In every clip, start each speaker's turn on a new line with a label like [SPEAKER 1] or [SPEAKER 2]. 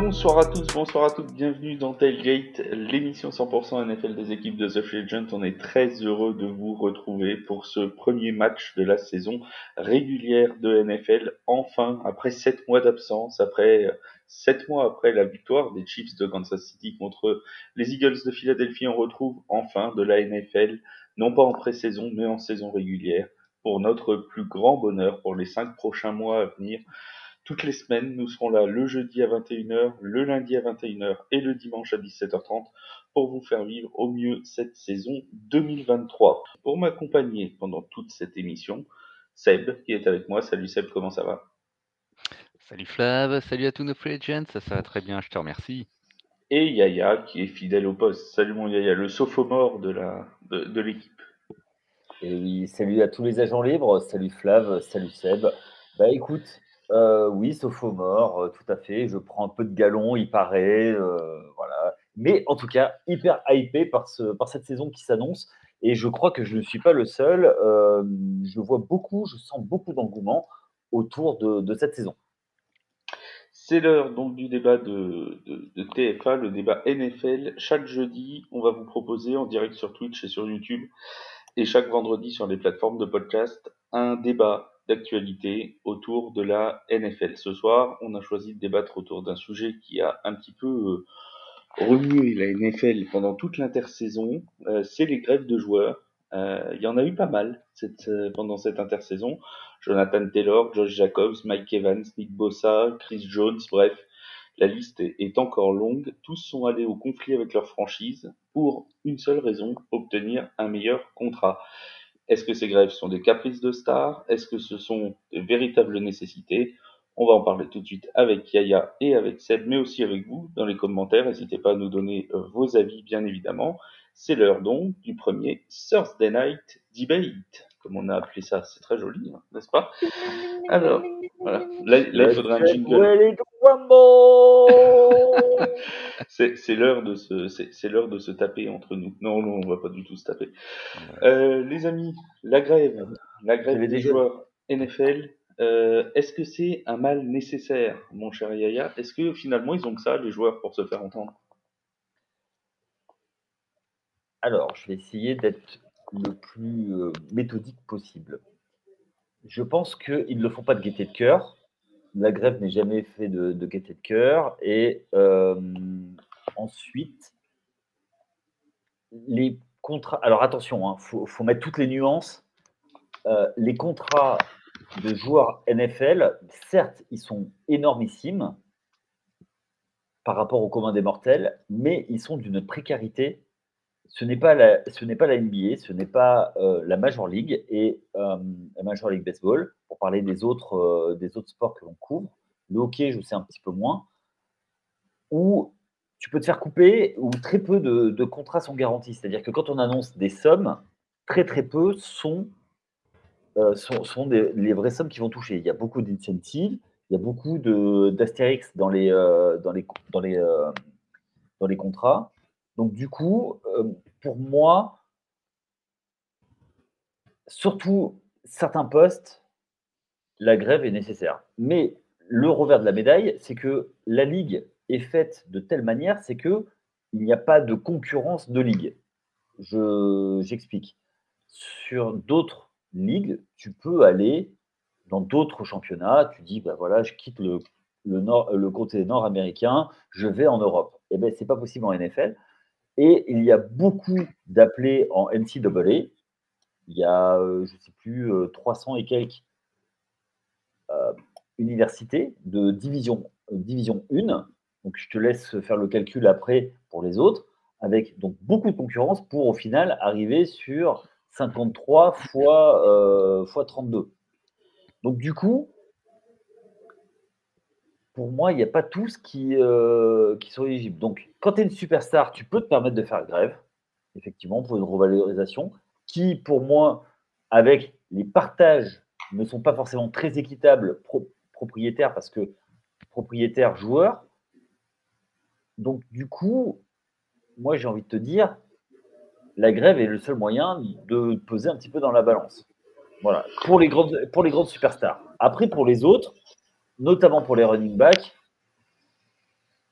[SPEAKER 1] Bonsoir à tous, bonsoir à toutes, bienvenue dans Tailgate, l'émission 100% NFL des équipes de The Free Agent. On est très heureux de vous retrouver pour ce premier match de la saison régulière de NFL. Enfin, après 7 mois d'absence, après 7 mois après la victoire des Chiefs de Kansas City contre les Eagles de Philadelphie, on retrouve enfin de la NFL, non pas en pré-saison, mais en saison régulière, pour notre plus grand bonheur pour les 5 prochains mois à venir. Toutes les semaines, nous serons là le jeudi à 21h, le lundi à 21h et le dimanche à 17h30 pour vous faire vivre au mieux cette saison 2023. Pour m'accompagner pendant toute cette émission, Seb qui est avec moi. Salut Seb, comment ça va?
[SPEAKER 2] Salut Flav, salut à tous nos free agents, ça va très bien, je te remercie.
[SPEAKER 1] Et Yaya qui est fidèle au poste. Salut mon Yaya, le sophomore de l'équipe.
[SPEAKER 3] Et oui, salut à tous les agents libres, salut Flav, salut Seb. Bah écoute, oui, sophomore, tout à fait. Je prends un peu de galon, il paraît, voilà. Mais en tout cas, hyper hypé par cette saison qui s'annonce. Et je crois que je ne suis pas le seul. Je sens beaucoup d'engouement autour de cette saison.
[SPEAKER 1] C'est l'heure donc du débat de TFA, le débat NFL. Chaque jeudi, on va vous proposer en direct sur Twitch et sur YouTube et chaque vendredi sur les plateformes de podcast, un débat d'actualité autour de la NFL. Ce soir, on a choisi de débattre autour d'un sujet qui a un petit peu remué la NFL pendant toute l'intersaison, c'est les grèves de joueurs. Il y en a eu pas mal pendant cette intersaison. Jonathan Taylor, Josh Jacobs, Mike Evans, Nick Bosa, Chris Jones, bref, la liste est encore longue. Tous sont allés au conflit avec leur franchise pour une seule raison, obtenir un meilleur contrat. Est-ce que ces grèves sont des caprices de stars? Est-ce que ce sont de véritables nécessités? On va en parler tout de suite avec Yaya et avec Seb, mais aussi avec vous dans les commentaires. N'hésitez pas à nous donner vos avis, bien évidemment. C'est l'heure donc du premier Thursday Night Debate, comme on a appelé ça. C'est très joli, hein, n'est-ce pas? Alors, voilà. Là, il faudra un jingle. C'est l'heure c'est l'heure de se taper entre nous. Non, non, on va pas du tout se taper. Les amis, la grève des joueurs NFL, est-ce que c'est un mal nécessaire, mon cher Yaya? Est-ce que finalement ils ont que ça, les joueurs, pour se faire entendre?
[SPEAKER 3] Alors, je vais essayer d'être le plus méthodique possible. Je pense qu'ils ne le font pas de gaieté de cœur. La grève n'est jamais faite de gaieté de cœur. Et ensuite, les contrats. Alors attention, faut mettre toutes les nuances. Les contrats de joueurs NFL, certes, ils sont énormissimes par rapport au commun des mortels, mais ils sont d'une précarité. Ce n'est pas la NBA, ce n'est pas la Major League et la Major League Baseball, pour parler des autres sports que l'on couvre. Le hockey, je sais un petit peu moins, où tu peux te faire couper, où très peu de contrats sont garantis. C'est-à-dire que quand on annonce des sommes, très très peu sont les vraies sommes qui vont toucher. Il y a beaucoup d'incentives, il y a beaucoup d'astérix dans les contrats. Donc du coup, pour moi, surtout certains postes, la grève est nécessaire. Mais le revers de la médaille, c'est que la ligue est faite de telle manière, c'est que il n'y a pas de concurrence de ligue. J'explique. Sur d'autres ligues, tu peux aller dans d'autres championnats. Tu dis, bah voilà, je quitte le côté nord-américain, je vais en Europe. Eh bien, c'est pas possible en NFL. Et il y a beaucoup d'appelés en NCAA. Il y a, je ne sais plus, 300 et quelques universités de division 1. Donc, je te laisse faire le calcul après pour les autres, avec donc beaucoup de concurrence pour au final arriver sur 53 fois 32. Donc, du coup, pour moi, il n'y a pas tous qui sont éligibles. Donc, quand tu es une superstar, tu peux te permettre de faire grève, effectivement, pour une revalorisation, qui, pour moi, avec les partages, ne sont pas forcément très équitables propriétaires, parce que propriétaires joueurs. Donc, du coup, moi, j'ai envie de te dire, la grève est le seul moyen de peser un petit peu dans la balance. Voilà, pour les grandes superstars. Après, pour les autres, notamment pour les running backs,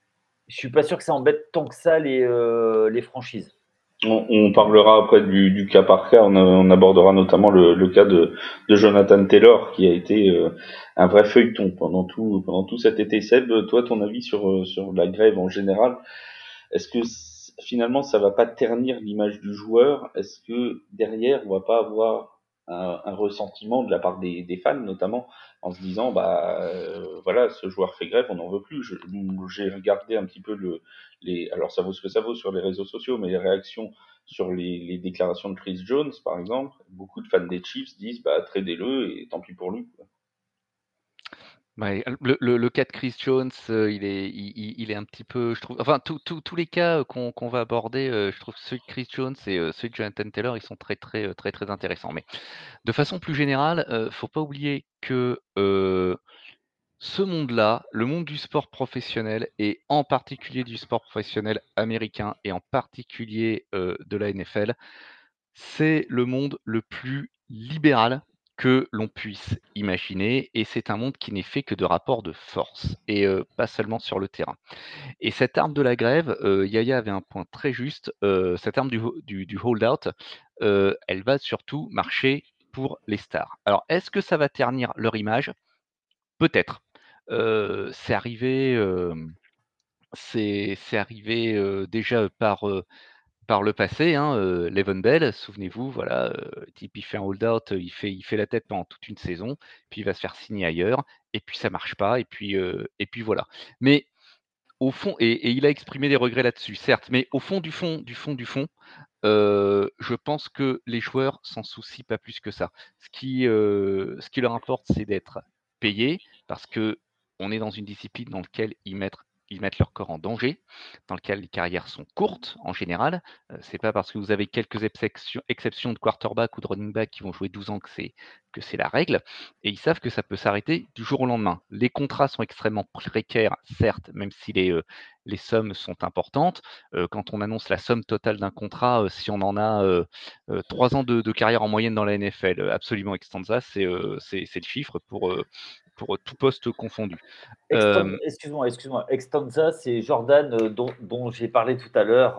[SPEAKER 3] Je suis pas sûr que ça embête tant que ça les franchises.
[SPEAKER 1] On parlera après du cas par cas. On abordera notamment le cas de Jonathan Taylor, qui a été un vrai feuilleton pendant tout cet été. Seb, toi, ton avis sur la grève en général, est-ce que finalement ça va pas ternir l'image du joueur? Est-ce que derrière on va pas avoir un ressentiment de la part des fans notamment en se disant voilà, ce joueur fait grève, on n'en veut plus. J'ai regardé un petit peu alors ça vaut ce que ça vaut sur les réseaux sociaux, mais les réactions sur les déclarations de Chris Jones par exemple, beaucoup de fans des Chiefs disent tradez-le et tant pis pour lui.
[SPEAKER 2] Ouais, le cas de Chris Jones, il est un petit peu, je trouve, enfin tous les cas qu'on va aborder, je trouve celui de Chris Jones et celui de Jonathan Taylor, ils sont très intéressants. Mais de façon plus générale, faut pas oublier que ce monde-là, le monde du sport professionnel et en particulier du sport professionnel américain et en particulier de la NFL, c'est le monde le plus libéral que l'on puisse imaginer et c'est un monde qui n'est fait que de rapports de force et pas seulement sur le terrain. Et cette arme de la grève, Yaya avait un point très juste, cette arme du hold-out, elle va surtout marcher pour les stars. Alors est-ce que ça va ternir leur image? Peut-être. C'est arrivé, c'est arrivé, déjà par le passé, hein, Le'Veon Bell, souvenez-vous, voilà, le type il fait un hold-out, il fait la tête pendant toute une saison, puis il va se faire signer ailleurs et puis ça marche pas et puis voilà. Mais au fond et il a exprimé des regrets là-dessus, certes, mais au fond du fond, je pense que les joueurs s'en soucient pas plus que ça. Ce qui leur importe, c'est d'être payés parce qu'on est dans une discipline dans laquelle ils mettent leur corps en danger, dans lequel les carrières sont courtes en général. C'est pas parce que vous avez quelques exceptions de quarterback ou de running back qui vont jouer 12 ans que c'est la règle et ils savent que ça peut s'arrêter du jour au lendemain. Les contrats sont extrêmement précaires, certes, même si les sommes sont importantes. Quand on annonce la somme totale d'un contrat, si on en a 3 ans de carrière en moyenne dans la NFL, absolument extensa, c'est le chiffre pour tout poste confondu.
[SPEAKER 3] Excuse-moi, Extanza, c'est Jordan dont j'ai parlé tout à l'heure,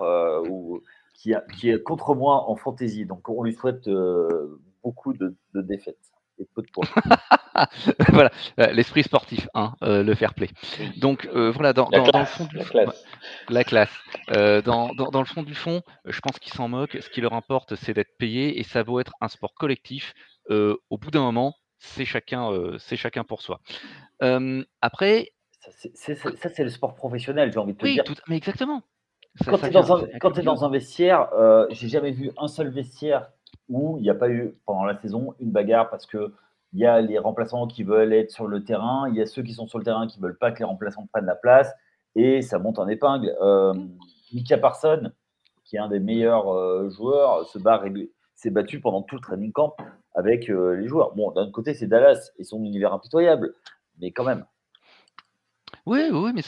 [SPEAKER 3] qui est contre moi en fantasy. Donc on lui souhaite beaucoup de défaites et peu de points.
[SPEAKER 2] Voilà, l'esprit sportif, hein, le fair play.
[SPEAKER 1] Oui.
[SPEAKER 2] Donc voilà,
[SPEAKER 1] La
[SPEAKER 2] dans le fond
[SPEAKER 1] classe,
[SPEAKER 2] du
[SPEAKER 1] la
[SPEAKER 2] fond, ouais,
[SPEAKER 1] classe.
[SPEAKER 2] la classe. Dans le fond du fond, je pense qu'ils s'en moquent. Ce qui leur importe, c'est d'être payés et ça vaut être un sport collectif. Au bout d'un moment, c'est chacun pour soi. Après,
[SPEAKER 3] Ça, c'est le sport professionnel, j'ai envie de te
[SPEAKER 2] oui,
[SPEAKER 3] dire.
[SPEAKER 2] mais exactement. Ça,
[SPEAKER 3] Quand
[SPEAKER 2] ça
[SPEAKER 3] tu es
[SPEAKER 2] devient,
[SPEAKER 3] dans
[SPEAKER 2] ça
[SPEAKER 3] un,
[SPEAKER 2] devient
[SPEAKER 3] quand
[SPEAKER 2] que
[SPEAKER 3] tu
[SPEAKER 2] du
[SPEAKER 3] dans
[SPEAKER 2] jeu.
[SPEAKER 3] un vestiaire, j'ai jamais vu un seul vestiaire où il n'y a pas eu, pendant la saison, une bagarre parce que il y a les remplaçants qui veulent être sur le terrain, il y a ceux qui sont sur le terrain qui veulent pas que les remplaçants prennent la place et ça monte en épingle.
[SPEAKER 2] Mmh.
[SPEAKER 3] Micah Parsons, qui est un des meilleurs joueurs, s'est battu pendant tout le training camp avec les joueurs. Bon, d'un autre côté, c'est Dallas et son univers impitoyable, mais quand même.
[SPEAKER 2] Oui, oui, oui, mais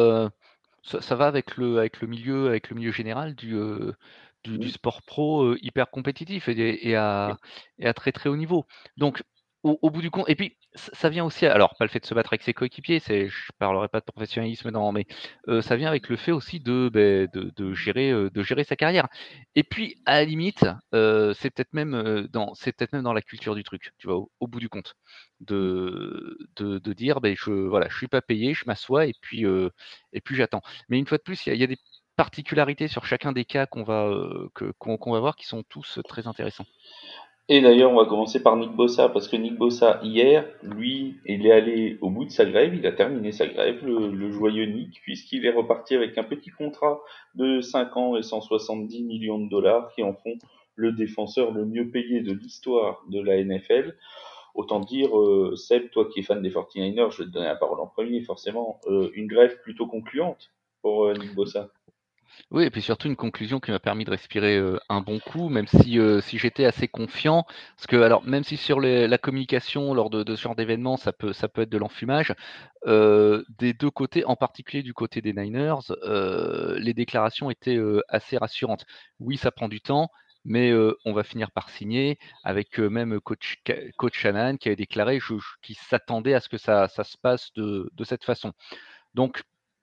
[SPEAKER 2] ça va avec le milieu général du
[SPEAKER 3] Oui,
[SPEAKER 2] sport pro, hyper compétitif
[SPEAKER 3] oui.
[SPEAKER 2] et à très, très haut niveau. Donc au bout du compte et puis ça vient aussi alors pas le fait de se battre avec ses coéquipiers, je parlerai pas de professionnalisme non, mais ça vient avec le fait aussi de gérer sa carrière et puis à la limite, c'est peut-être même dans la culture du truc, tu vois? Au bout du compte de dire: ben je suis pas payé, je m'assois et puis j'attends». Mais une fois de plus, il y a des particularités sur chacun des cas qu'on va voir qui sont tous très intéressants.
[SPEAKER 1] Et d'ailleurs, on va commencer par Nick Bossa, parce que Nick Bossa, hier, lui, il est allé au bout de sa grève, il a terminé sa grève, le joyeux Nick, puisqu'il est reparti avec un petit contrat de 5 ans et 170 millions de dollars qui en font le défenseur le mieux payé de l'histoire de la NFL. Autant dire, Seb, toi qui es fan des 49ers, je vais te donner la parole en premier, forcément, une grève plutôt concluante pour Nick Bossa.
[SPEAKER 2] Oui et puis surtout une conclusion qui m'a permis de respirer, un bon coup, même si j'étais assez confiant. Parce que alors même si sur la communication lors de ce genre d'événement, ça peut être de l'enfumage, des 2 côtés, en particulier du côté des Niners, les déclarations étaient, assez rassurantes. Oui, ça prend du temps, mais on va finir par signer avec, même coach Shanahan qui avait déclaré qu'il s'attendait à ce que ça se passe de cette façon. Donc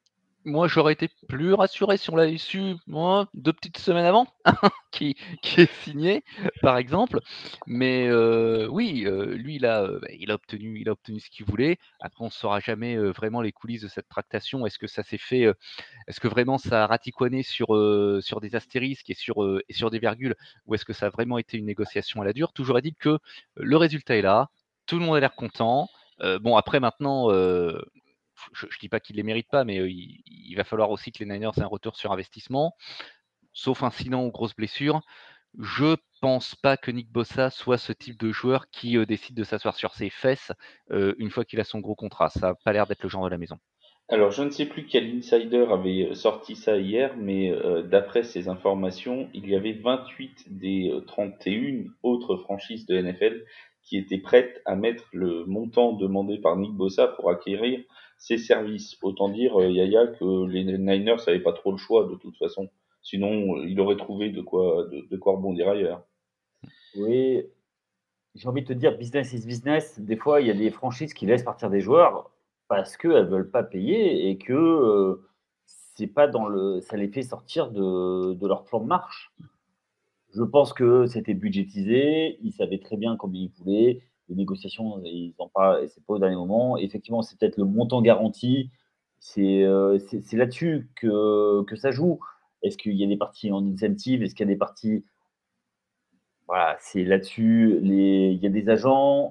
[SPEAKER 2] Moi, j'aurais été plus rassuré si on l'avait su, moi, 2 petites semaines avant, qui est signé, par exemple. Mais oui, lui, il a obtenu ce qu'il voulait. Après, on ne saura jamais, vraiment les coulisses de cette tractation. Est-ce que ça s'est fait, est-ce que vraiment ça a raticoiné sur des astérisques et sur des virgules? Ou est-ce que ça a vraiment été une négociation à la dure? Toujours est-il que le résultat est là, tout le monde a l'air content. Bon après maintenant, je dis pas qu'il les mérite pas, mais il va falloir aussi que les Niners aient un retour sur investissement, sauf incident ou grosse blessure. Je pense pas que Nick Bosa soit ce type de joueur qui décide de s'asseoir sur ses fesses une fois qu'il a son gros contrat. Ça a pas l'air d'être le genre de la maison.
[SPEAKER 1] Alors, je ne sais plus quel insider avait sorti ça hier, mais d'après ces informations, il y avait 28 des 31 autres franchises de NFL qui étaient prêtes à mettre le montant demandé par Nick Bosa pour acquérir ses services. Autant dire, Yaya, que les Niners n'avaient pas trop le choix de toute façon. Sinon, il aurait trouvé de quoi rebondir ailleurs.
[SPEAKER 3] Oui, j'ai envie de te dire, business is business. Des fois, il y a des franchises qui laissent partir des joueurs parce qu'elles ne veulent pas payer et que c'est pas ça les fait sortir de leur plan de marche. Je pense que c'était budgétisé, ils savaient très bien combien ils voulaient. Les négociations, ils en parlent, et c'est pas au dernier moment. Effectivement, c'est peut-être le montant garanti. C'est là-dessus que ça joue. Est-ce qu'il y a des parties en incentive? Est-ce qu'il y a des parties. Voilà, c'est là-dessus. Il y a des agents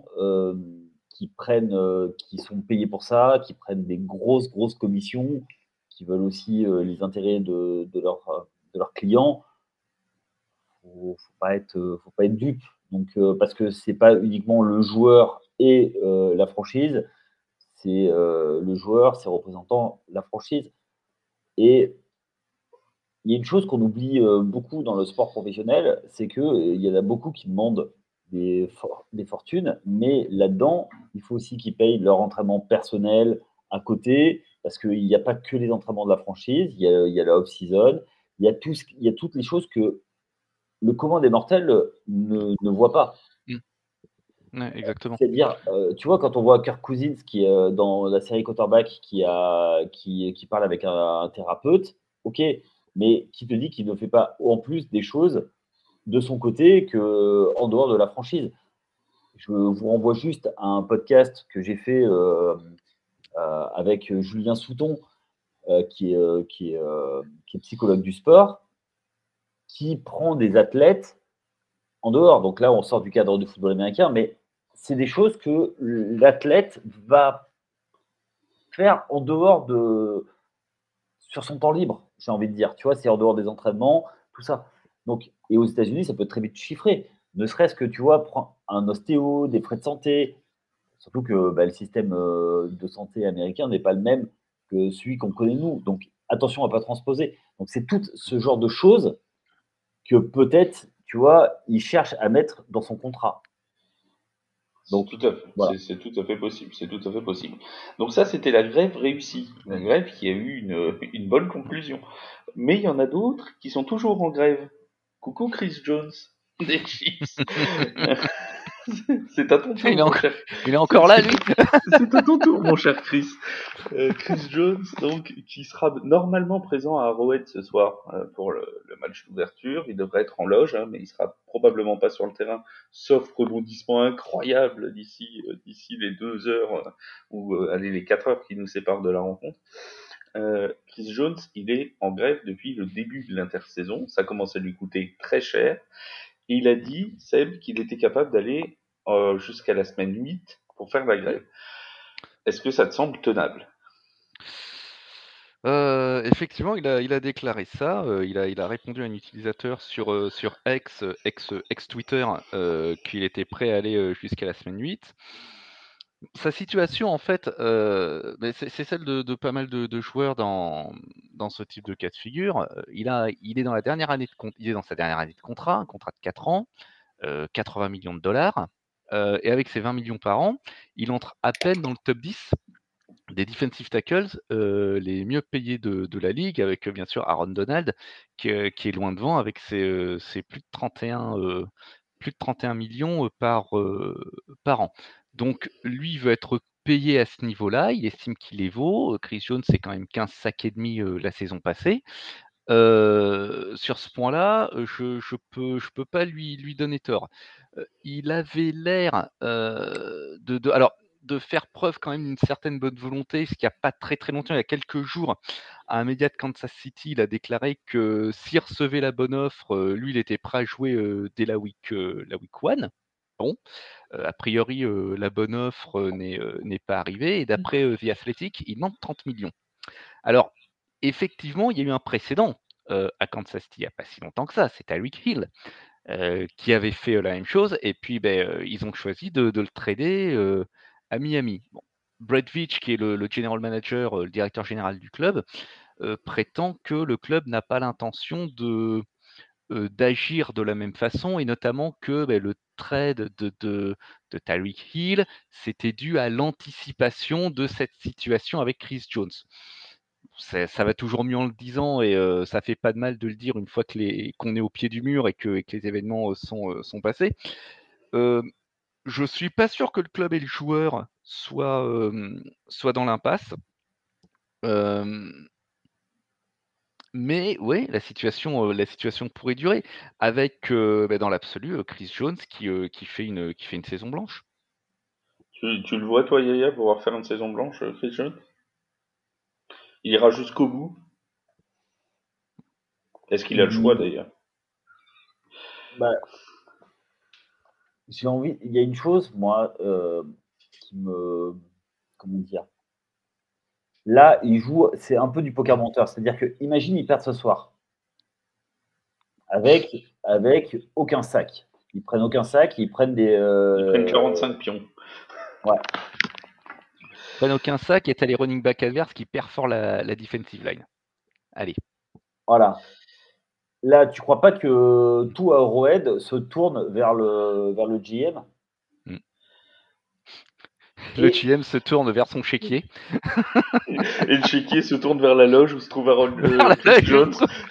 [SPEAKER 3] qui sont payés pour ça, qui prennent des grosses, grosses commissions, qui veulent aussi les intérêts de leurs clients. Faut pas être dupe. Donc, parce que c'est pas uniquement le joueur et la franchise, c'est le joueur, ses représentants, la franchise. Et il y a une chose qu'on oublie beaucoup dans le sport professionnel, c'est que il y en a beaucoup qui demandent des fortunes, mais là-dedans, il faut aussi qu'ils payent leur entraînement personnel à côté, parce qu'il n'y a pas que les entraînements de la franchise, il y a la off-season, il y a toutes les choses que le commun des mortels ne voit pas.
[SPEAKER 2] Ouais, exactement.
[SPEAKER 3] C'est-à-dire, tu vois, quand on voit Kirk Cousins qui est dans la série Quarterback qui parle avec un thérapeute, ok, mais qui te dit qu'il ne fait pas en plus des choses de son côté qu'en dehors de la franchise. Je vous renvoie juste à un podcast que j'ai fait avec Julien Souton, qui est psychologue du sport, qui prend des athlètes en dehors. Donc là, on sort du cadre du football américain, mais c'est des choses que l'athlète va faire en dehors sur son temps libre, j'ai envie de dire. Tu vois, c'est en dehors des entraînements, tout ça. Donc, et aux États-Unis, ça peut très vite chiffrer. Ne serait-ce que, tu vois, prends un ostéo, des frais de santé. Surtout que le système de santé américain n'est pas le même que celui qu'on connaît nous. Donc, attention à ne pas transposer. Donc, c'est tout ce genre de choses que peut-être, tu vois, il cherche à mettre dans son contrat. Donc, voilà.
[SPEAKER 1] C'est tout à fait possible. C'est tout à fait possible. Donc ça, c'était la grève réussie. La grève qui a eu une bonne conclusion. Mais il y en a d'autres qui sont toujours en grève. Coucou Chris Jones des Chiefs. C'est à ton tour, mon cher.
[SPEAKER 2] Il est encore là, lui.
[SPEAKER 1] C'est à ton tour, mon cher Chris. Chris Jones, donc, qui sera normalement présent à Arrowhead ce soir pour le match d'ouverture. Il devrait être en loge, hein, mais il sera probablement pas sur le terrain, sauf rebondissement incroyable d'ici les 2 heures ou allez les 4 heures qui nous séparent de la rencontre. Chris Jones, il est en grève depuis le début de l'intersaison. Ça commence à lui coûter très cher. Et il a dit, Seb, qu'il était capable d'aller jusqu'à la semaine 8 pour faire la grève. Est-ce que ça te semble tenable?
[SPEAKER 2] Effectivement, il a déclaré ça. Il a répondu à un utilisateur sur ex Twitter, qu'il était prêt à aller jusqu'à la semaine 8. Sa situation, en fait, c'est celle de pas mal de joueurs dans ce type de cas de figure. Il est dans sa dernière année de contrat, un contrat de 4 ans, 80 millions de dollars. Et avec ses 20 millions par an, il entre à peine dans le top 10 des defensive tackles les mieux payés de la ligue, avec bien sûr Aaron Donald, qui est loin devant avec ses plus de 31 millions par an. Donc lui, il veut être payer à ce niveau-là. Il estime qu'il les vaut. Chris Jones, c'est quand même 15 sacs et demi la saison passée. Sur ce point-là, je peux pas lui donner tort. Il avait l'air de faire preuve quand même d'une certaine bonne volonté, ce qu'il y a pas très très longtemps, il y a quelques jours, à un média de Kansas City, il a déclaré que s'il recevait la bonne offre, lui, il était prêt à jouer dès la week 1. Bon, a priori, la bonne offre n'est pas arrivée, et d'après The Athletic, il demande 30 millions. Alors, effectivement, il y a eu un précédent à Kansas City il n'y a pas si longtemps que ça, c'est Tyreek Hill qui avait fait la même chose, et puis ils ont choisi de le trader à Miami. Bon. Brett Veach, qui est le general manager, le directeur général du club, prétend que le club n'a pas l'intention d'agir de la même façon, et notamment que le trade de Tyreek Hill, c'était dû à l'anticipation de cette situation avec Chris Jones. Ça va toujours mieux en le disant, et ça fait pas de mal de le dire une fois qu'on est au pied du mur et que les événements sont passés. Je suis pas sûr que le club et le joueur soient dans l'impasse. Mais ouais, la situation pourrait durer avec dans l'absolu Chris Jones qui fait une saison blanche.
[SPEAKER 1] Tu le vois, toi, Yaya, pouvoir faire une saison blanche, Chris Jones? Il ira jusqu'au bout? Est-ce qu'il a le choix, d'ailleurs?
[SPEAKER 3] Bah, j'ai envie. Il y a une chose, moi, qui me. Comment dire? Là, il joue. C'est un peu du poker menteur. C'est-à-dire que, imagine, ils perdent ce soir. Avec aucun sac. Ils prennent aucun sac, ils prennent des.
[SPEAKER 1] Ils prennent 45 pions.
[SPEAKER 3] Ouais.
[SPEAKER 2] Ils prennent aucun sac, et t'as les running back adverses qui perforent la defensive line. Allez.
[SPEAKER 3] Voilà. Là, tu crois pas que tout Arrowhead se tourne vers le GM?
[SPEAKER 2] Le GM se tourne vers son chéquier.
[SPEAKER 1] Et le chéquier se tourne vers la loge où se trouve Aaron Chris Jones.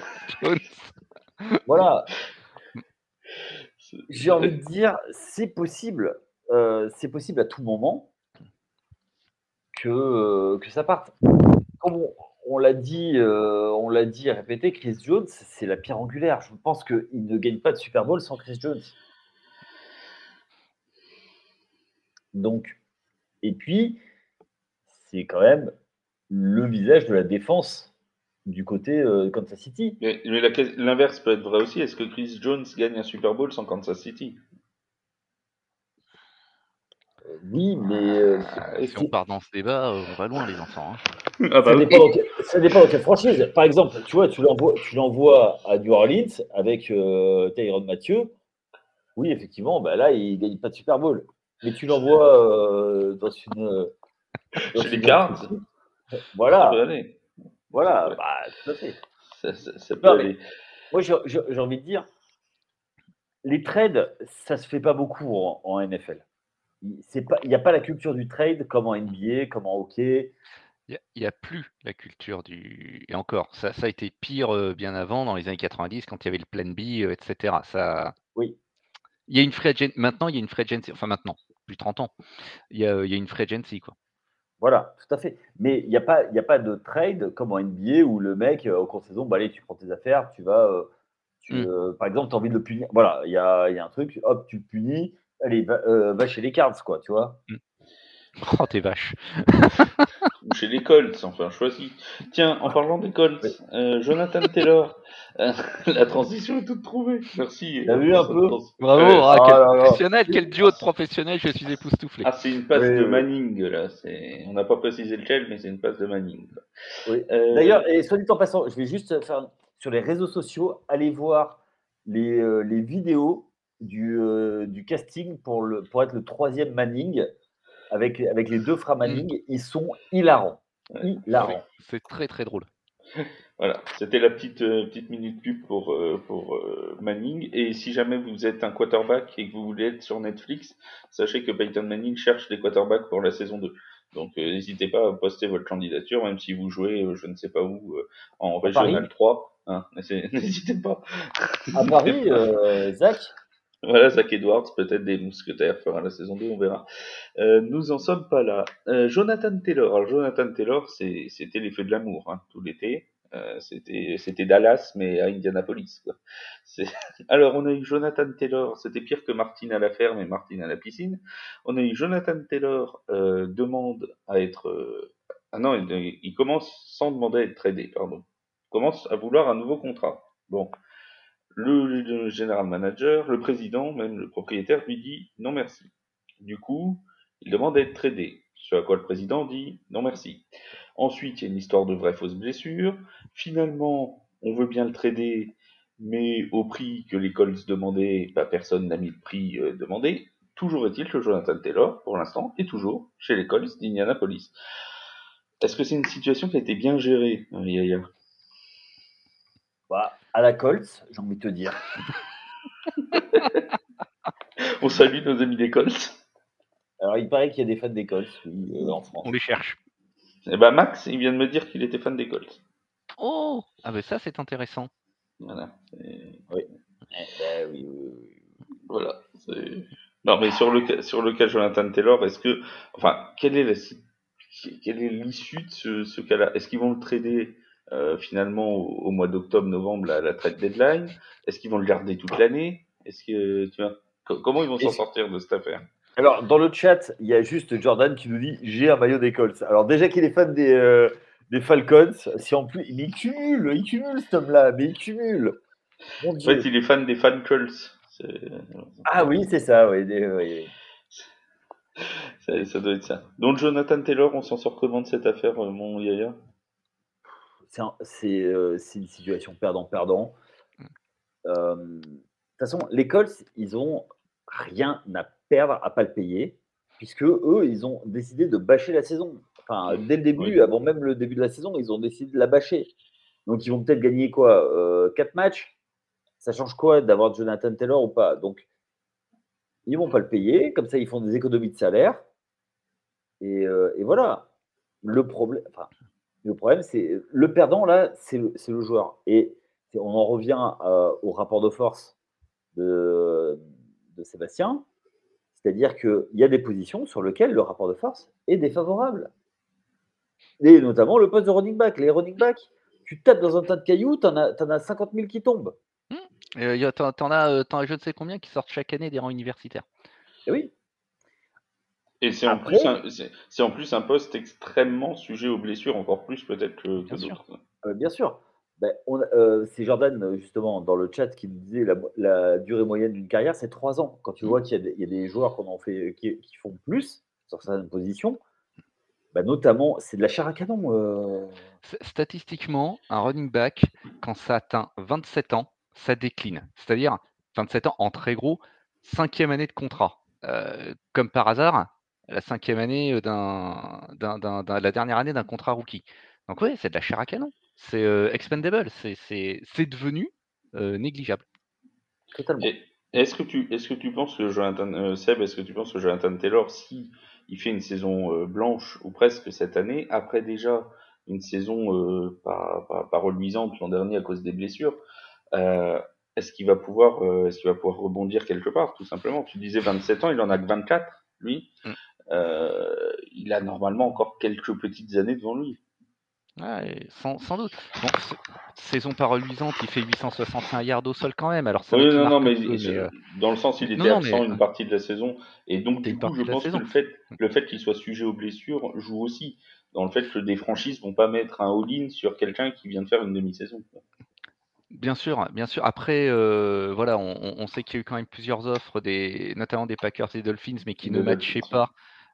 [SPEAKER 3] Voilà. J'ai envie de dire, c'est possible à tout moment que ça parte. Comme on l'a dit et répété, Chris Jones, c'est la pierre angulaire. Je pense qu'il ne gagne pas de Super Bowl sans Chris Jones. Donc, et puis, c'est quand même le visage de la défense du côté Kansas City.
[SPEAKER 1] Mais l'inverse peut être vrai aussi. Est-ce que Chris Jones gagne un Super Bowl sans Kansas City?
[SPEAKER 3] Oui, mais
[SPEAKER 2] si on part dans ce débat, on va loin, les enfants. Hein.
[SPEAKER 1] Ah bah
[SPEAKER 3] ça, dépend ça dépend dans quelle franchise. Par exemple, tu vois, tu l'envoies à New Orleans avec Tyrann Mathieu. Oui, effectivement, bah là, il ne gagne pas de Super Bowl. Mais tu l'envoies dans une.
[SPEAKER 1] Chez les Cards.
[SPEAKER 3] Voilà.
[SPEAKER 1] Ça peut aller.
[SPEAKER 3] Voilà,
[SPEAKER 1] Ouais.
[SPEAKER 3] bah, tout à fait.
[SPEAKER 1] Ça peut aller.
[SPEAKER 3] Moi, j'ai envie de dire, les trades, ça se fait pas beaucoup en NFL. Il n'y a pas la culture du trade comme en NBA, comme en hockey.
[SPEAKER 2] Il n'y a plus la culture du. Et encore, ça a été pire bien avant, dans les années 90, quand il y avait le plan B, etc.
[SPEAKER 3] Oui.
[SPEAKER 2] Il y a une free agency. Maintenant, il y a une free agency. Enfin, maintenant, depuis 30 ans, il y a une free agency, quoi.
[SPEAKER 3] Voilà, tout à fait. Mais il n'y a pas de trade comme en NBA où le mec, au cours de saison, bah, allez, tu prends tes affaires, tu vas. Par exemple, tu as envie de le punir. Voilà, il y a un truc, hop, tu le punis. Allez, va chez les Cards, quoi, tu vois.
[SPEAKER 2] Oh, t'es vache.
[SPEAKER 1] Ou chez les Colts, enfin, choisis. Tiens, en parlant des Colts, Jonathan Taylor, la transition est toute trouvée. Merci.
[SPEAKER 3] T'as vu un peu?
[SPEAKER 2] Bravo, quel professionnel, quel duo de professionnels, je suis époustouflé.
[SPEAKER 1] Ah, c'est une passe de Manning, là. On n'a pas précisé lequel, mais c'est une passe de Manning.
[SPEAKER 3] Oui. D'ailleurs, et soit dit en passant, je vais juste faire sur les réseaux sociaux, aller voir les vidéos du casting pour être le 3e Manning avec les 2 frères Manning. Ils sont hilarants.
[SPEAKER 1] Ouais.
[SPEAKER 3] Hilarants.
[SPEAKER 2] C'est très très drôle.
[SPEAKER 1] Voilà, c'était la petite minute pub pour Manning. Et si jamais vous êtes un quarterback et que vous voulez être sur Netflix, sachez que Peyton Manning cherche des quarterbacks pour la saison 2. Donc n'hésitez pas à poster votre candidature, même si vous jouez, je ne sais pas où, en Régional 3. Hein, n'hésitez pas.
[SPEAKER 3] À Paris, Zach?
[SPEAKER 1] Voilà, Zach Edwards, peut-être des mousquetaires fera la saison 2, on verra. Nous en sommes pas là. Jonathan Taylor. Alors Jonathan Taylor, c'était les feux de l'amour, hein, tout l'été. C'était Dallas, mais à Indianapolis, quoi. C'est- Alors on a eu Jonathan Taylor, c'était pire que Martin à la ferme et Martin à la piscine. On a eu Jonathan Taylor demande à être... Ah non, il commence sans demander à être tradé, pardon. Il commence à vouloir un nouveau contrat. Bon, le general manager, le président, même le propriétaire, lui dit non merci. Du coup, il demande à être tradé. Ce à quoi le président dit non merci. Ensuite, il y a une histoire de vraie fausse blessure. Finalement, on veut bien le trader, mais au prix que les Colts demandaient, personne n'a mis le prix demandé. Toujours est-il que Jonathan Taylor, pour l'instant, est toujours chez les Colts d'Indianapolis. Est-ce que c'est une situation qui a été bien gérée, Yaya?
[SPEAKER 3] Bah, à la Colts, j'ai envie de te dire.
[SPEAKER 1] On salue nos amis des Colts.
[SPEAKER 3] Alors, il paraît qu'il y a des fans des Colts, oui, en France.
[SPEAKER 2] On les cherche.
[SPEAKER 1] Eh ben Max, il vient de me dire qu'il était fan des Colts.
[SPEAKER 2] Oh! Ah ben ça, c'est intéressant.
[SPEAKER 1] Voilà.
[SPEAKER 3] Oui. Oui.
[SPEAKER 1] Voilà. Non, mais sur le cas Jonathan Taylor, enfin, quelle est l'issue de ce cas-là? Est-ce qu'ils vont le trader finalement au mois d'octobre, novembre, la trade deadline? Est-ce qu'ils vont le garder toute l'année? Est-ce que tu vois, comment ils vont s'en sortir de cette affaire?
[SPEAKER 3] Alors, dans le chat, il y a juste Jordan qui nous dit j'ai un maillot des Colts. Alors, déjà qu'il est fan des Falcons, si en plus. Mais il cumule cet homme-là, mais il cumule. Mon
[SPEAKER 1] En
[SPEAKER 3] Dieu.
[SPEAKER 1] fait, il est fan des fan Colts.
[SPEAKER 3] Ah oui, c'est ça, oui.
[SPEAKER 1] Ça doit être ça. Donc Jonathan Taylor, on s'en sort comment de cette affaire, mon Yaya?
[SPEAKER 3] C'est une situation perdant-perdant. De toute façon, les Colts, ils ont rien à perdre à pas le payer, puisque eux, ils ont décidé de bâcher la saison. Enfin, dès le début,
[SPEAKER 1] Oui.
[SPEAKER 3] avant même le début de la saison, ils ont décidé de la bâcher. Donc, ils vont peut-être gagner quoi 4 matchs. Ça change quoi d'avoir Jonathan Taylor ou pas? Donc, ils vont pas le payer. Comme ça, ils font des économies de salaire. Et voilà. Le problème, c'est le perdant là, c'est le joueur. Et on en revient au rapport de force de Sébastien. C'est-à-dire qu'il y a des positions sur lesquelles le rapport de force est défavorable. Et notamment le poste de running back. Les running backs, tu tapes dans un tas de cailloux, t'en as 50 000 qui tombent.
[SPEAKER 2] T'en as je ne sais combien qui sortent chaque année des rangs universitaires.
[SPEAKER 3] Et oui.
[SPEAKER 1] Et c'est en plus un poste extrêmement sujet aux blessures, encore plus peut-être que d'autres.
[SPEAKER 3] Bien sûr. C'est Jordan, justement, dans le chat qui nous disait la durée moyenne d'une carrière, c'est 3 ans. Quand tu vois qu'il y a des joueurs qui font plus sur certaines positions, notamment, c'est de la chair à canon.
[SPEAKER 2] Statistiquement, un running back, quand ça atteint 27 ans, ça décline. C'est-à-dire 27 ans en très gros, 5e année de contrat. Comme par hasard, la 5e année la dernière année d'un contrat rookie. Donc oui, c'est de la chair à canon. C'est expendable. C'est devenu négligeable.
[SPEAKER 3] Totalement.
[SPEAKER 1] Est-ce que tu penses que Seb, est-ce que tu penses que Jonathan Taylor, si il fait une saison blanche ou presque cette année, après déjà une saison pas reluisante l'an dernier à cause des blessures, euh, est-ce qu'il va pouvoir rebondir quelque part, tout simplement? Tu disais 27 ans, il en a que 24, lui. Il a normalement encore quelques petites années devant lui.
[SPEAKER 2] Ouais, sans doute. Bon, saison pas reluisante, il fait 861 yards au sol quand même. Alors ça
[SPEAKER 1] Oui,
[SPEAKER 2] qui
[SPEAKER 1] non,
[SPEAKER 2] marque
[SPEAKER 1] mais
[SPEAKER 2] un peu, mais
[SPEAKER 1] dans le sens, il était
[SPEAKER 2] non, mais
[SPEAKER 1] absent une partie de la saison, et donc
[SPEAKER 2] c'était
[SPEAKER 1] du
[SPEAKER 2] une
[SPEAKER 1] coup, je
[SPEAKER 2] partie de la
[SPEAKER 1] pense que
[SPEAKER 2] saison.
[SPEAKER 1] le fait qu'il soit sujet aux blessures joue aussi dans le fait que des franchises vont pas mettre un all-in sur quelqu'un qui vient de faire une demi-saison.
[SPEAKER 2] Bien sûr, bien sûr. Après, voilà, on sait qu'il y a eu quand même plusieurs offres, notamment des Packers et des Dolphins, mais qui ne matchaient pas,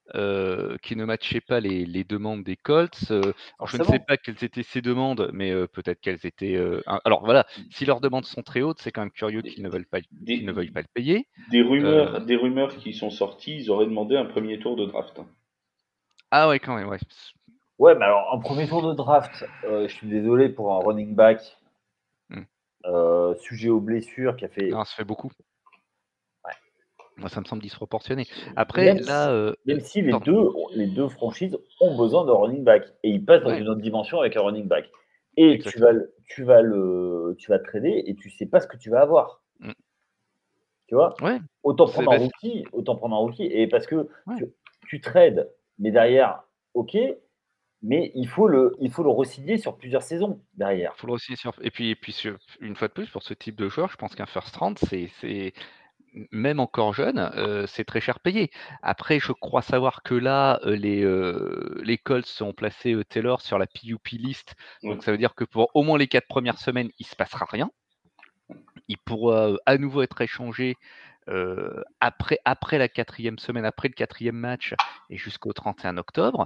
[SPEAKER 2] les demandes des Colts. Alors je ne sais pas quelles étaient ces demandes, mais peut-être qu'elles étaient. Alors voilà, si leurs demandes sont très hautes, c'est quand même curieux qu'ils ne veuillent pas le payer.
[SPEAKER 1] Des rumeurs qui sont sorties, ils auraient demandé un premier tour de draft.
[SPEAKER 2] Ah ouais, quand même, ouais.
[SPEAKER 3] Ouais, mais alors, en premier tour de draft, je suis désolé pour un running back sujet aux blessures qui a fait.
[SPEAKER 2] Non, ça fait beaucoup.
[SPEAKER 3] Ouais.
[SPEAKER 2] Moi, ça me semble disproportionné. Après,
[SPEAKER 3] même si les deux franchises ont besoin de running back et ils passent dans une autre dimension avec un running back. Et tu vas trader et tu sais pas ce que tu vas avoir. Tu vois?
[SPEAKER 2] Ouais,
[SPEAKER 3] Autant
[SPEAKER 2] c'est
[SPEAKER 3] prendre un rookie, et parce que
[SPEAKER 2] ouais.
[SPEAKER 3] tu trades, mais derrière, OK, mais il faut le re-signer sur plusieurs saisons derrière.
[SPEAKER 2] Faut le re-signer sur et puis une fois de plus, pour ce type de joueur, je pense qu'un first round, c'est même encore jeune, c'est très cher payé. Après, je crois savoir que là, les Colts ont placé, Taylor sur la PUP list,
[SPEAKER 1] Oui.
[SPEAKER 2] donc ça veut dire que pour au moins les 4 premières semaines, il se passera rien. Il pourra, à nouveau être échangé, après la 4e semaine, après le 4e match et jusqu'au 31 octobre.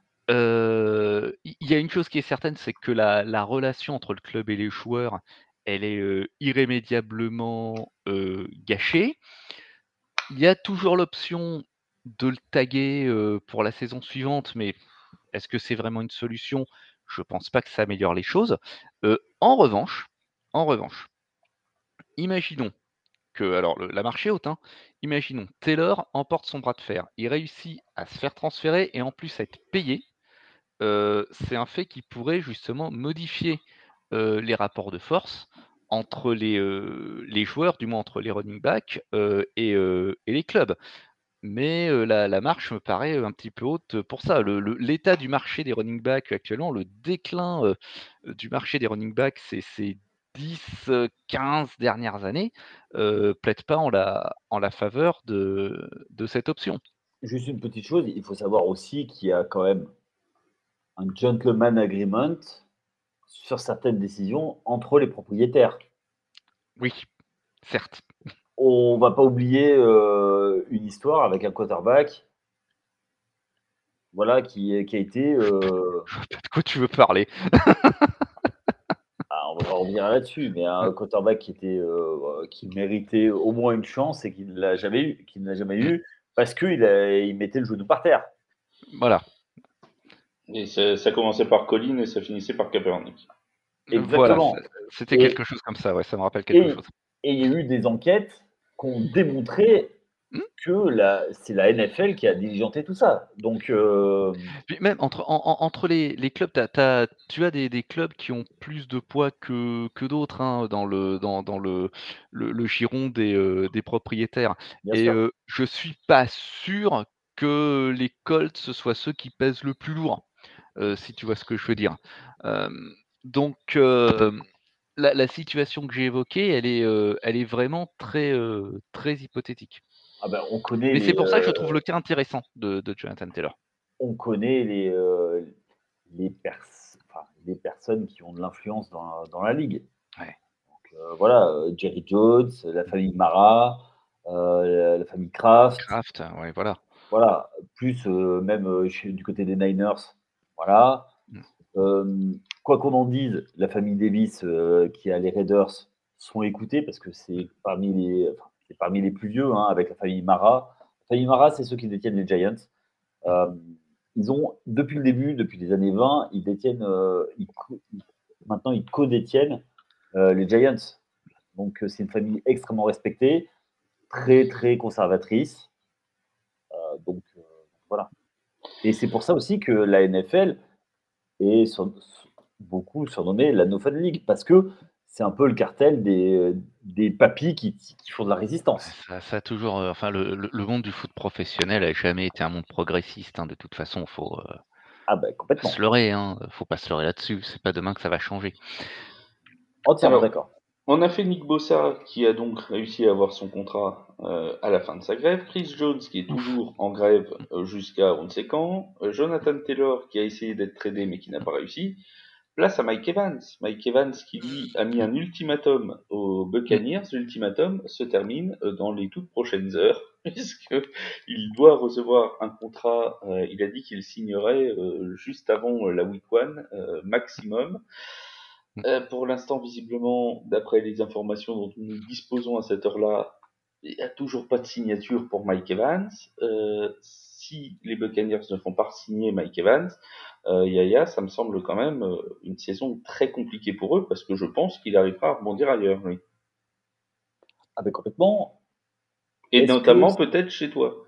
[SPEAKER 2] Il y a une chose qui est certaine, c'est que la relation entre le club et les joueurs, elle est, irrémédiablement, gâchée. Il y a toujours l'option de le taguer, pour la saison suivante, mais est-ce que c'est vraiment une solution? Je pense pas que ça améliore les choses. En revanche, imaginons que alors la marche est haute, hein. Imaginons Taylor emporte son bras de fer. Il réussit à se faire transférer et en plus à être payé. C'est un fait qui pourrait justement modifier, les rapports de force entre les joueurs, du moins entre les running backs, et les clubs. Mais, la marche me paraît, un petit peu haute, pour ça. L'état du marché des running backs actuellement, le déclin, du marché des running backs ces 10, 15 dernières années, plaide pas en la faveur de cette option.
[SPEAKER 3] Juste une petite chose, il faut savoir aussi qu'il y a quand même un gentleman agreement sur certaines décisions entre les propriétaires.
[SPEAKER 2] Oui, certes.
[SPEAKER 3] On va pas oublier, une histoire avec un quarterback, voilà, qui a été,
[SPEAKER 2] Je vois pas de quoi tu veux parler.
[SPEAKER 3] on va pas revenir là-dessus, mais un quarterback qui méritait au moins une chance et qui ne l'a jamais
[SPEAKER 2] Mmh.
[SPEAKER 3] eu parce qu'il mettait le genou par terre.
[SPEAKER 2] Voilà.
[SPEAKER 1] Et ça commençait par Colin et ça finissait par Kaepernick.
[SPEAKER 2] Voilà,
[SPEAKER 3] Exactement.
[SPEAKER 2] c'était
[SPEAKER 3] Et
[SPEAKER 2] quelque chose comme ça, ouais, ça me rappelle quelque
[SPEAKER 3] et
[SPEAKER 2] chose.
[SPEAKER 3] et il y a eu des enquêtes qui ont démontré
[SPEAKER 2] Mmh.
[SPEAKER 3] que c'est la NFL qui a diligenté tout ça. Donc,
[SPEAKER 2] Puis même entre les clubs, tu as des clubs qui ont plus de poids que d'autres, hein, dans le giron des propriétaires
[SPEAKER 3] bien
[SPEAKER 2] et
[SPEAKER 3] sûr.
[SPEAKER 2] je suis pas sûr que les Colts, ce soient ceux qui pèsent le plus lourd, si tu vois ce que je veux dire. Donc la situation que j'ai évoquée, elle est vraiment très hypothétique.
[SPEAKER 3] Ah ben, on connaît
[SPEAKER 2] Mais c'est
[SPEAKER 3] les,
[SPEAKER 2] pour ça que je trouve le cas intéressant de Jonathan Taylor.
[SPEAKER 3] on connaît les personnes qui ont de l'influence dans la ligue.
[SPEAKER 2] Ouais.
[SPEAKER 3] Donc, voilà, Jerry Jones, la famille Mara, la famille Kraft,
[SPEAKER 2] Kraft, ouais, voilà.
[SPEAKER 3] voilà, plus même du côté des Niners, voilà.
[SPEAKER 2] Mmh.
[SPEAKER 3] Quoi qu'on en dise, la famille Davis qui a les Raiders sont écoutés parce que c'est parmi les plus vieux, hein, avec la famille Mara. La famille Mara, c'est ceux qui détiennent les Giants.
[SPEAKER 2] Mmh.
[SPEAKER 3] Ils ont, depuis le début, depuis les années 20, maintenant ils co-détiennent les Giants. Donc c'est une famille extrêmement respectée, très très conservatrice. Donc voilà. Et c'est pour ça aussi que la NFL est beaucoup surnommée la No Fun League, parce que c'est un peu le cartel des papis qui font de la
[SPEAKER 2] Ouais,
[SPEAKER 3] résistance.
[SPEAKER 2] ça a toujours, enfin le monde du foot professionnel a jamais été un monde progressiste, hein, de toute façon, faut,
[SPEAKER 3] Ah ben
[SPEAKER 2] pas se
[SPEAKER 3] complètement,
[SPEAKER 2] leurrer, hein, faut pas se leurrer là-dessus, c'est pas demain que ça va changer.
[SPEAKER 3] entièrement
[SPEAKER 1] Alors,
[SPEAKER 3] d'accord.
[SPEAKER 1] on a fait Nick Bossa qui a donc réussi à avoir son contrat à la fin de sa grève, Chris Jones qui est
[SPEAKER 2] Ouf.
[SPEAKER 1] toujours en grève jusqu'à on ne sait quand, Jonathan Taylor qui a essayé d'être tradé mais qui n'a pas réussi. Place à Mike Evans. Mike Evans qui lui a mis un ultimatum aux
[SPEAKER 2] Mmh.
[SPEAKER 1] Buccaneers. L'ultimatum se termine dans les toutes prochaines heures puisque il doit recevoir un contrat. Il a dit qu'il signerait juste avant la week 1 maximum.
[SPEAKER 2] Mmh.
[SPEAKER 1] Pour l'instant, visiblement, d'après les informations dont nous disposons à cette heure-là, il n'y a toujours pas de signature pour Mike Evans. Si les Buccaneers ne font pas signer Mike Evans, Yaya, ça me semble quand même une saison très compliquée pour eux parce que je pense qu'il arrivera à rebondir ailleurs, oui.
[SPEAKER 3] Ah ben complètement.
[SPEAKER 1] Et
[SPEAKER 3] Est-ce que
[SPEAKER 1] notamment peut-être chez toi.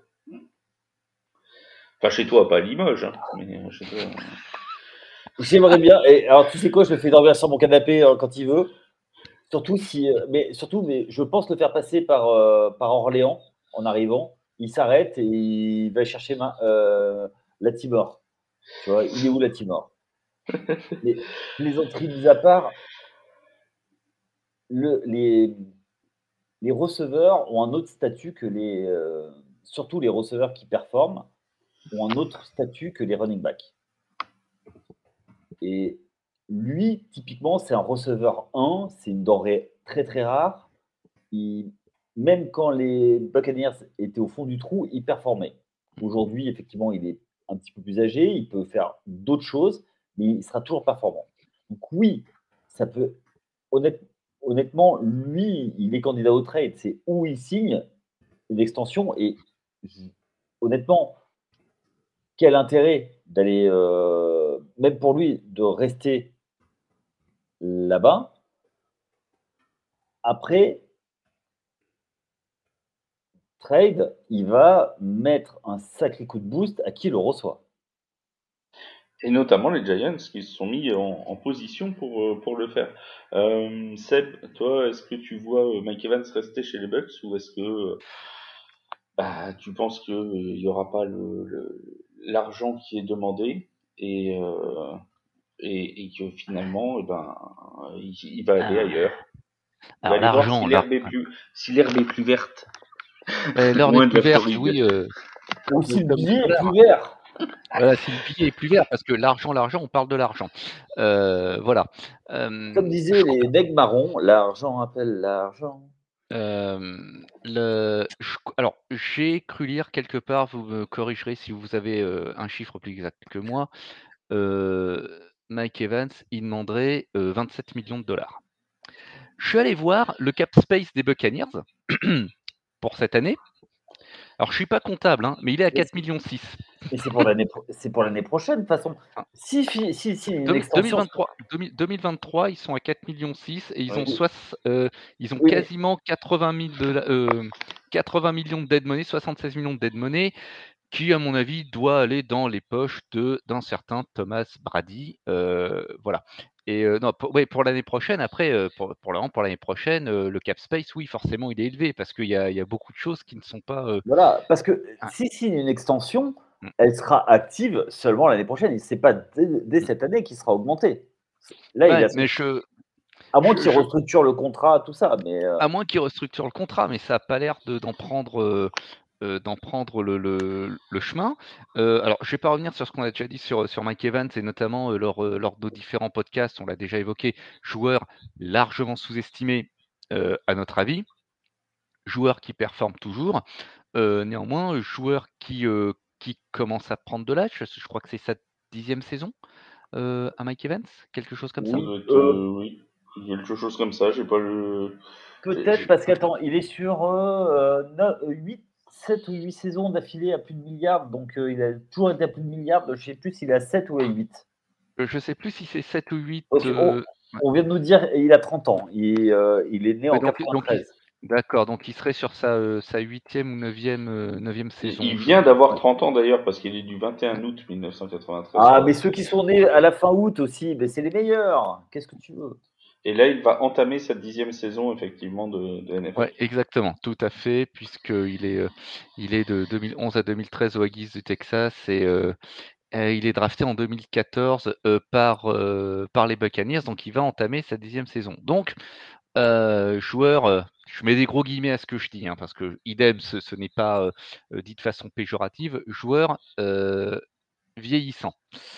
[SPEAKER 1] Enfin, chez toi, pas à Limoges, hein, mais chez toi.
[SPEAKER 3] j'aimerais bien, et alors tu sais quoi, je le fais dormir sur mon canapé quand il veut. Surtout mais je pense le faire passer par Orléans en arrivant. Il s'arrête et il va chercher Latimore. Tu vois, il est où Latimore? Mais plaisanterie mis à part, le, les receveurs ont un autre statut que surtout les receveurs qui performent, ont un autre statut que les running backs. Et lui, typiquement, c'est un receveur 1, c'est une denrée très très rare. Même quand les Buccaneers étaient au fond du trou, il performait. Aujourd'hui, effectivement, il est un petit peu plus âgé, il peut faire d'autres choses, mais il sera toujours performant. Donc oui, ça peut. Honnêtement, lui, il est candidat au trade. C'est où il signe une extension. Et honnêtement, quel intérêt d'aller, même pour lui, de rester là-bas. Après, trade, il va mettre un sacré coup de boost à qui le reçoit.
[SPEAKER 1] Et notamment les Giants qui se sont mis en position pour le faire. Seb, toi, est-ce que tu vois Mike Evans rester chez les Bucks ou est-ce que tu penses qu'il n'y aura pas l'argent qui est demandé et, et que finalement, il va aller ailleurs. Il va
[SPEAKER 2] Alors
[SPEAKER 1] aller voir
[SPEAKER 2] l'argent,
[SPEAKER 1] si l'herbe est plus verte.
[SPEAKER 2] l'herbe
[SPEAKER 1] Loin
[SPEAKER 2] est
[SPEAKER 1] de
[SPEAKER 2] plus
[SPEAKER 1] la
[SPEAKER 2] verte,
[SPEAKER 1] Floride.
[SPEAKER 2] oui.
[SPEAKER 3] Ou si le
[SPEAKER 2] comme
[SPEAKER 3] billet
[SPEAKER 2] tout
[SPEAKER 3] est
[SPEAKER 2] l'art.
[SPEAKER 3] plus vert.
[SPEAKER 2] Voilà, si le billet est plus vert, parce que l'argent, on parle de l'argent. Voilà.
[SPEAKER 3] Comme disaient les nègres marrons, l'argent appelle l'argent.
[SPEAKER 2] Alors, j'ai cru lire quelque part, vous me corrigerez si vous avez un chiffre plus exact que moi. Mike Evans, il demanderait 27 millions de dollars. Je suis allé voir le cap space des Buccaneers pour cette année. Alors, je suis pas comptable, hein, mais il est à 4,6 millions.
[SPEAKER 3] Et c'est pour l'année prochaine, de toute façon.
[SPEAKER 2] Enfin,
[SPEAKER 3] Si une extension.
[SPEAKER 2] 2023, ils sont à 4,6 millions et ils ont
[SPEAKER 3] Oui,
[SPEAKER 2] quasiment 80 millions de dead money, 76 millions de dead money, qui, à mon avis, doit aller dans les poches d'un certain Thomas Brady. Voilà. Et non, pour l'année prochaine, après, pour l'année prochaine, le cap space, oui, forcément, il est élevé parce qu'il y a beaucoup de choses qui ne sont pas.
[SPEAKER 3] Voilà, parce que
[SPEAKER 2] Ah,
[SPEAKER 3] si signe une extension,
[SPEAKER 2] mm.
[SPEAKER 3] elle sera active seulement l'année prochaine. C'est pas dès cette année qu'il sera augmenté. Là, il
[SPEAKER 2] Ouais,
[SPEAKER 3] a
[SPEAKER 2] mais
[SPEAKER 3] à moins qu'il restructure le contrat, tout ça. Mais
[SPEAKER 2] à moins qu'il restructure le contrat, mais ça n'a pas l'air d'en prendre, le chemin. Alors, je ne vais pas revenir sur ce qu'on a déjà dit sur Mike Evans et notamment lors de nos différents podcasts, on l'a déjà évoqué, joueur largement sous-estimé à notre avis, joueur qui performe toujours, néanmoins, joueur qui commence à prendre de l'âge, je crois que c'est sa 10e saison à Mike Evans, quelque chose comme ça.
[SPEAKER 1] Oui, quelque chose comme ça. J'ai pas le.
[SPEAKER 3] peut-être parce qu'attends, il est sur 7 ou 8 saisons d'affilée à plus de milliards. Donc, il a toujours été à plus de milliards. Je ne sais plus s'il est à 7 ou à 8.
[SPEAKER 2] Je ne sais plus si c'est 7 ou 8.
[SPEAKER 3] Donc, on vient de nous dire il a 30 ans. Il est né en 93.
[SPEAKER 2] D'accord, donc il serait sur sa 8e ou 9e saison.
[SPEAKER 1] Il vient d'avoir 30 ans d'ailleurs parce qu'il est du 21 août 1993.
[SPEAKER 3] Ah, mais ceux qui sont nés à la fin août aussi, c'est les meilleurs. Qu'est-ce que tu veux?
[SPEAKER 1] Et là, il va entamer sa 10e saison effectivement de NFL.
[SPEAKER 2] Ouais, exactement, tout à fait, puisqu'il est, de 2011 à 2013 aux Aggies du Texas et il est drafté en 2014 par les Buccaneers, donc il va entamer sa 10e saison. Donc, joueur, je mets des gros guillemets à ce que je dis, hein, parce que idem, ce n'est pas dit de façon péjorative, joueur vieillissant.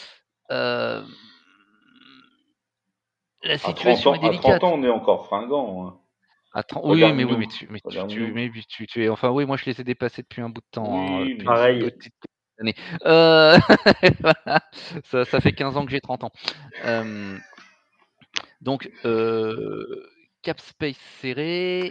[SPEAKER 2] La situation est délicate.
[SPEAKER 1] À 30 ans, on est encore fringant. Hein.
[SPEAKER 2] Oui, mais tu es. Enfin, oui, moi je les ai dépassés depuis un bout de temps.
[SPEAKER 1] Oui,
[SPEAKER 2] Depuis
[SPEAKER 3] pareil.
[SPEAKER 2] une petite année. Voilà. Ça fait 15 ans que j'ai 30 ans. Donc, cap space serré.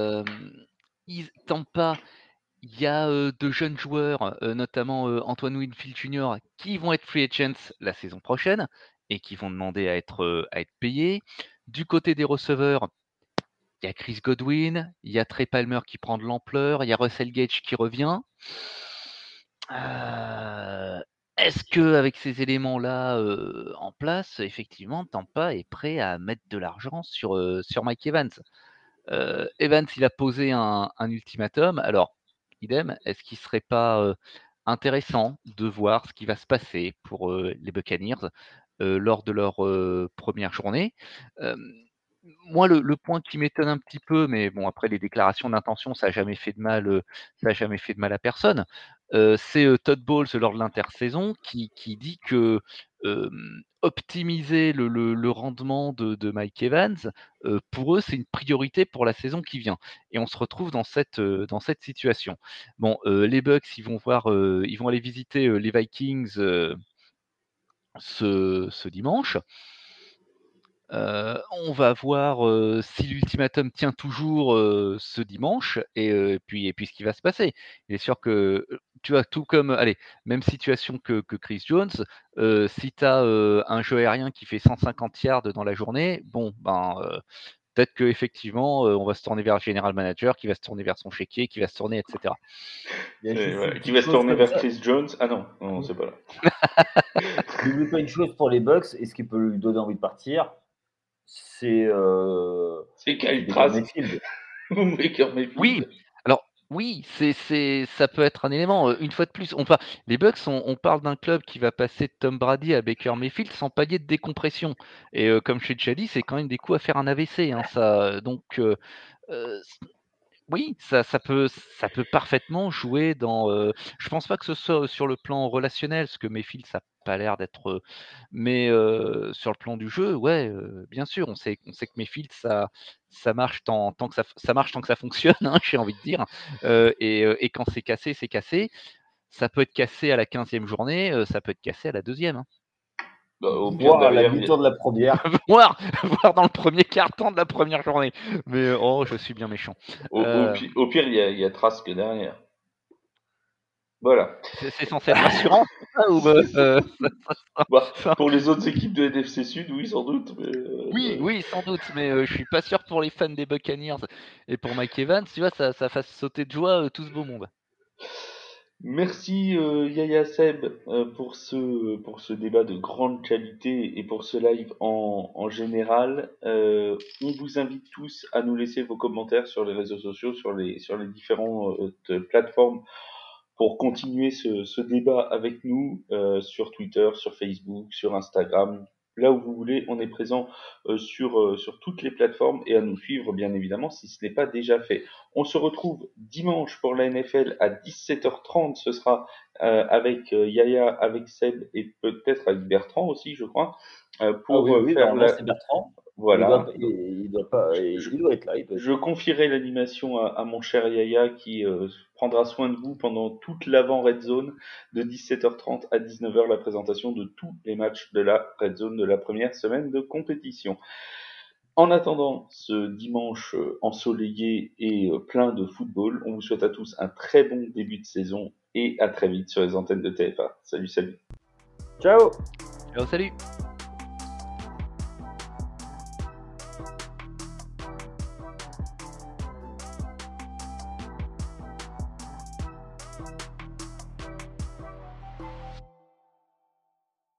[SPEAKER 2] Tampa, il y a de jeunes joueurs, notamment Antoine Winfield Jr., qui vont être free agents la saison prochaine et qui vont demander à être payés. Du côté des receveurs, il y a Chris Godwin, il y a Trey Palmer qui prend de l'ampleur, il y a Russell Gage qui revient. est-ce qu'avec ces éléments-là, en place, effectivement, Tampa est prêt à mettre de l'argent sur Mike Evans? Evans, il a posé un ultimatum. Alors, idem, est-ce qu'il serait pas, intéressant de voir ce qui va se passer pour, les Buccaneers, lors de leur, 1re journée? Hem, Moi, le point qui m'étonne un petit peu, mais bon, après les déclarations d'intention, ça a jamais fait de mal, ça a jamais fait de mal à personne. C'est, Todd Bowles lors de l'intersaison qui dit que, optimiser le rendement de Mike Evans, pour eux, c'est une priorité pour la saison qui vient et on se retrouve dans cette situation. Bon, les Bucks, ils vont aller visiter, les Vikings, ce dimanche. On va voir, si l'ultimatum tient toujours, ce dimanche et puis ce qui va se passer. Il est sûr que, tu vois, tout comme allez, même situation que Chris Jones, si tu as, un jeu aérien qui fait 150 yards dans la journée, bon, ben, peut-être qu'effectivement, on va se tourner vers le general manager, qui va se tourner vers son chéquier, qui va se tourner et cetera.
[SPEAKER 3] Il y a juste une
[SPEAKER 1] Qui
[SPEAKER 3] petite
[SPEAKER 1] va se
[SPEAKER 3] chose
[SPEAKER 1] tourner
[SPEAKER 3] comme
[SPEAKER 1] vers
[SPEAKER 3] ça.
[SPEAKER 1] Chris Jones. Ah non, non, c'est pas là.
[SPEAKER 3] N'oublie pas une chose pour les Bucks, et ce qui peut lui donner envie de partir, c'est
[SPEAKER 1] C'est Kyle
[SPEAKER 3] Baker
[SPEAKER 1] Trask
[SPEAKER 3] Mayfield.
[SPEAKER 1] ou Baker Mayfield.
[SPEAKER 2] Oui, alors oui, ça peut être un élément, une fois de plus, les Bucks, on parle d'un club qui va passer de Tom Brady à Baker Mayfield sans palier de décompression et comme je t'ai déjà dit, c'est quand même des coups à faire un AVC, hein, ça, donc oui, ça peut parfaitement jouer dans, je pense pas que ce soit sur le plan relationnel, parce que Mayfield, ça a pas l'air d'être, mais sur le plan du jeu, ouais, bien sûr, on sait que Mayfield, ça marche tant que ça marche tant que ça fonctionne, hein, j'ai envie de dire, et quand c'est cassé, c'est cassé. Ça peut être cassé à la 15e journée, ça peut être cassé à la 2e, hein.
[SPEAKER 1] Bah, au pire,
[SPEAKER 3] Voire à la
[SPEAKER 1] derrière,
[SPEAKER 3] mi-temps de la première.
[SPEAKER 2] Voire dans le premier quart-temps de la première journée. Mais oh, je suis bien méchant.
[SPEAKER 1] au pire, il y a Trask derrière. Voilà.
[SPEAKER 2] C'est censé être rassurant, ça, ou
[SPEAKER 1] Bah,
[SPEAKER 2] ça-
[SPEAKER 1] pour les autres équipes de NFC Sud, oui, sans doute. Mais,
[SPEAKER 2] Oui, oui, sans doute, mais je suis pas sûr pour les fans des Buccaneers et pour Mike Evans, tu vois, ça fasse sauter de joie tout ce beau monde.
[SPEAKER 1] merci Yaya Seb pour ce débat de grande qualité et pour ce live en général. On vous invite tous à nous laisser vos commentaires sur les réseaux sociaux, sur les différentes plateformes pour continuer ce débat avec nous sur Twitter, sur Facebook, sur Instagram. Là où vous voulez, on est présent sur toutes les plateformes et à nous suivre bien évidemment si ce n'est pas déjà fait. On se retrouve dimanche pour la NFL à 17h30. Ce sera avec Yaya, avec Seb et peut-être avec Bertrand aussi, je crois,
[SPEAKER 3] Ah oui,
[SPEAKER 1] pour
[SPEAKER 3] oui,
[SPEAKER 1] faire
[SPEAKER 3] normalement
[SPEAKER 1] la...
[SPEAKER 3] c'est Bertrand.
[SPEAKER 1] Voilà.
[SPEAKER 3] Il doit pas,
[SPEAKER 1] Je,
[SPEAKER 3] il doit être là. Il doit être
[SPEAKER 1] je
[SPEAKER 3] là.
[SPEAKER 1] confierai l'animation à mon cher Yaya qui prendra soin de vous pendant toute l'avant Red Zone de 17h30 à 19h, la présentation de tous les matchs de la Red Zone de la première semaine de compétition. En attendant ce dimanche ensoleillé et plein de football, on vous souhaite à tous un très bon début de saison et à très vite sur les antennes de TF1. Salut, salut.
[SPEAKER 3] Ciao!
[SPEAKER 2] Ciao, salut!